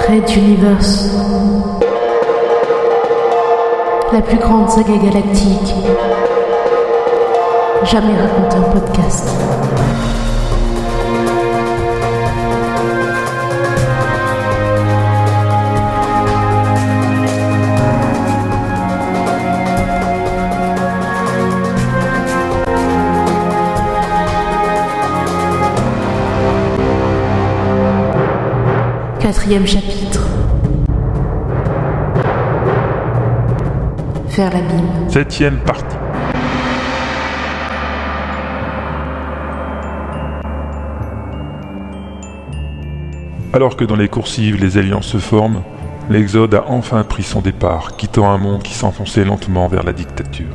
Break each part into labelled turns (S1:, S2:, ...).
S1: Red Universe, la plus grande saga galactique jamais racontée en podcast. Quatrième chapitre. Faire l'abîme.
S2: 7e partie. Alors que dans les coursives les alliances se forment, l'Exode a enfin pris son départ, quittant un monde qui s'enfonçait lentement vers la dictature.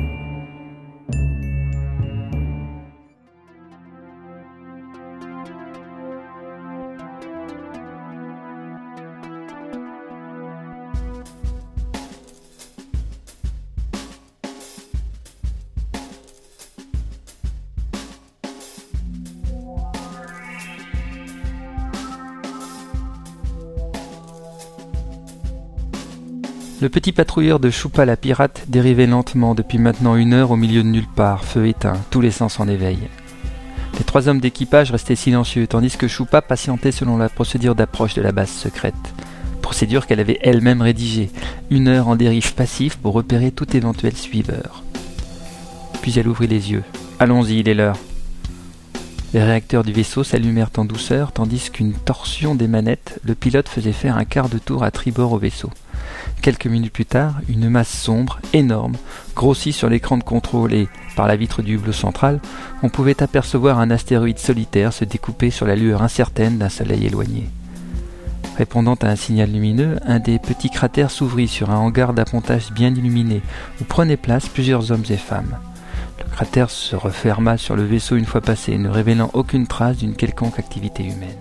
S3: Le petit patrouilleur de Choupa la pirate dérivait lentement depuis maintenant 1 heure au milieu de nulle part, feu éteint, tous les sens en éveil. Les 3 hommes d'équipage restaient silencieux, tandis que Choupa patientait selon la procédure d'approche de la base secrète. Procédure qu'elle avait elle-même rédigée, 1 heure en dérive passive pour repérer tout éventuel suiveur. Puis elle ouvrit les yeux. « Allons-y, il est l'heure !» Les réacteurs du vaisseau s'allumèrent en douceur, tandis qu'une torsion des manettes, le pilote faisait faire un quart de tour à tribord au vaisseau. Quelques minutes plus tard, une masse sombre, énorme, grossit sur l'écran de contrôle et, par la vitre du hublot central, on pouvait apercevoir un astéroïde solitaire se découper sur la lueur incertaine d'un soleil éloigné. Répondant à un signal lumineux, un des petits cratères s'ouvrit sur un hangar d'appontage bien illuminé, où prenaient place plusieurs hommes et femmes. Le cratère se referma sur le vaisseau une fois passé, ne révélant aucune trace d'une quelconque activité humaine.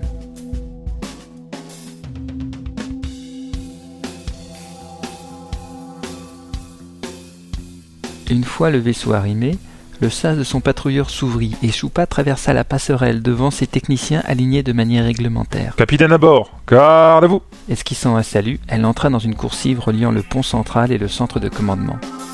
S3: Une fois le vaisseau arrimé, le sas de son patrouilleur s'ouvrit et Choupa traversa la passerelle devant ses techniciens alignés de manière réglementaire.
S2: « Capitaine à bord, gardez-vous !»
S3: Esquissant un salut, elle entra dans une coursive reliant le pont central et le centre de commandement.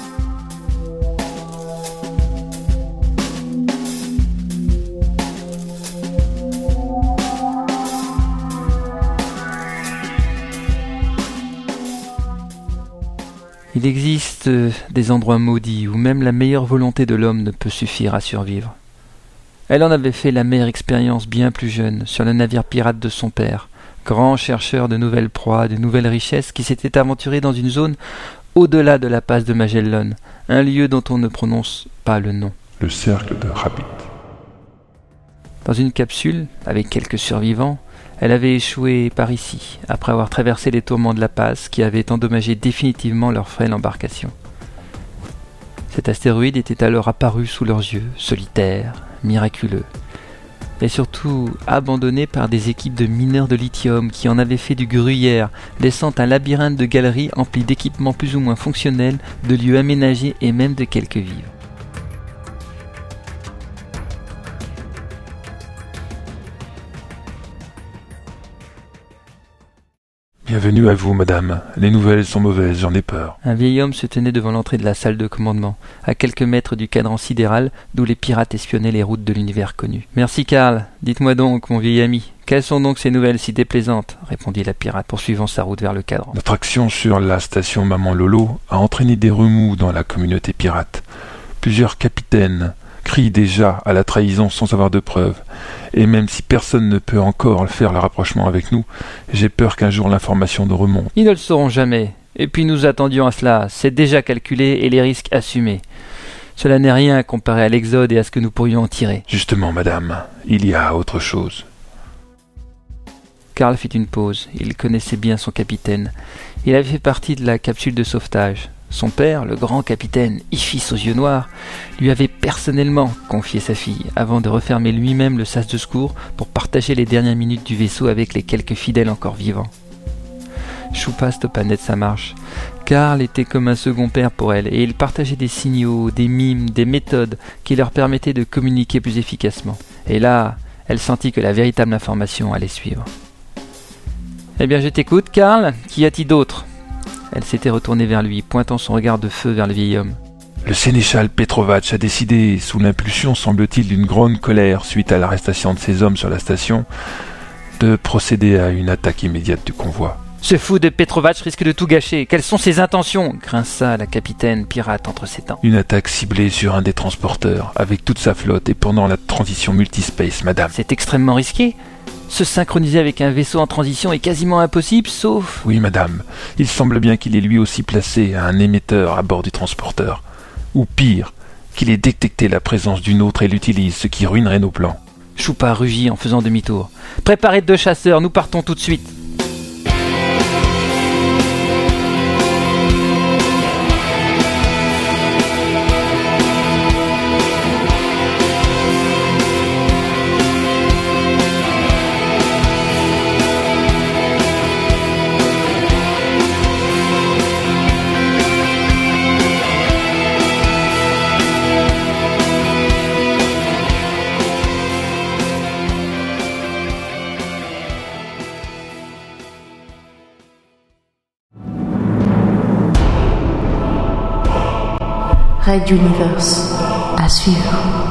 S3: Il existe des endroits maudits où même la meilleure volonté de l'homme ne peut suffire à survivre. Elle en avait fait l'amère expérience bien plus jeune sur le navire pirate de son père, grand chercheur de nouvelles proies, de nouvelles richesses qui s'était aventuré dans une zone au-delà de la passe de Magellan, un lieu dont on ne prononce pas le nom.
S2: Le cercle de Rabbit.
S3: Dans une capsule, avec quelques survivants, elle avait échoué par ici, après avoir traversé les tourments de la passe qui avaient endommagé définitivement leur frêle embarcation. Cet astéroïde était alors apparu sous leurs yeux, solitaire, miraculeux, et surtout abandonné par des équipes de mineurs de lithium qui en avaient fait du gruyère, laissant un labyrinthe de galeries empli d'équipements plus ou moins fonctionnels, de lieux aménagés et même de quelques vivres.
S2: Bienvenue à vous, madame. Les nouvelles sont mauvaises, j'en ai peur.
S3: Un vieil homme se tenait devant l'entrée de la salle de commandement, à quelques mètres du cadran sidéral d'où les pirates espionnaient les routes de l'univers connu. « Merci, Karl. Dites-moi donc, mon vieil ami, quelles sont donc ces nouvelles si déplaisantes ?» répondit la pirate, poursuivant sa route vers le cadran.
S2: Notre action sur la station Maman Lolo a entraîné des remous dans la communauté pirate. Plusieurs capitaines crient déjà à la trahison sans avoir de preuves. Et même si personne ne peut encore faire le rapprochement avec nous, j'ai peur qu'un jour l'information nous remonte.
S3: Ils ne le sauront jamais. Et puis nous attendions à cela. C'est déjà calculé et les risques assumés. Cela n'est rien comparé à l'Exode et à ce que nous pourrions en tirer.
S2: Justement, madame, il y a autre chose.
S3: Karl fit une pause. Il connaissait bien son capitaine. Il avait fait partie de la capsule de sauvetage. Son père, le grand capitaine Iphis aux yeux noirs, lui avait personnellement confié sa fille, avant de refermer lui-même le sas de secours pour partager les dernières minutes du vaisseau avec les quelques fidèles encore vivants. Choupa stoppa net sa marche. Karl était comme un second père pour elle, et il partageait des signaux, des mimes, des méthodes qui leur permettaient de communiquer plus efficacement. Et là, elle sentit que la véritable information allait suivre. Eh bien, je t'écoute, Karl. Qu'y a-t-il d'autre ? Elle s'était retournée vers lui, pointant son regard de feu vers le vieil homme.
S2: Le sénéchal Petrovac a décidé, sous l'impulsion, semble-t-il, d'une grande colère suite à l'arrestation de ses hommes sur la station, de procéder à une attaque immédiate du convoi.
S3: Ce fou de Petrovac risque de tout gâcher. Quelles sont ses intentions ? Grinça la capitaine pirate entre ses dents.
S2: Une attaque ciblée sur un des transporteurs, avec toute sa flotte et pendant la transition multispace, madame.
S3: C'est extrêmement risqué. Se synchroniser avec un vaisseau en transition est quasiment impossible, sauf...
S2: Oui, madame. Il semble bien qu'il ait lui aussi placé un émetteur à bord du transporteur. Ou pire, qu'il ait détecté la présence d'une autre et l'utilise, ce qui ruinerait nos plans.
S3: Choupa rugit en faisant demi-tour. Préparez 2 chasseurs, nous partons tout de suite.
S1: Red Universe. À suivre.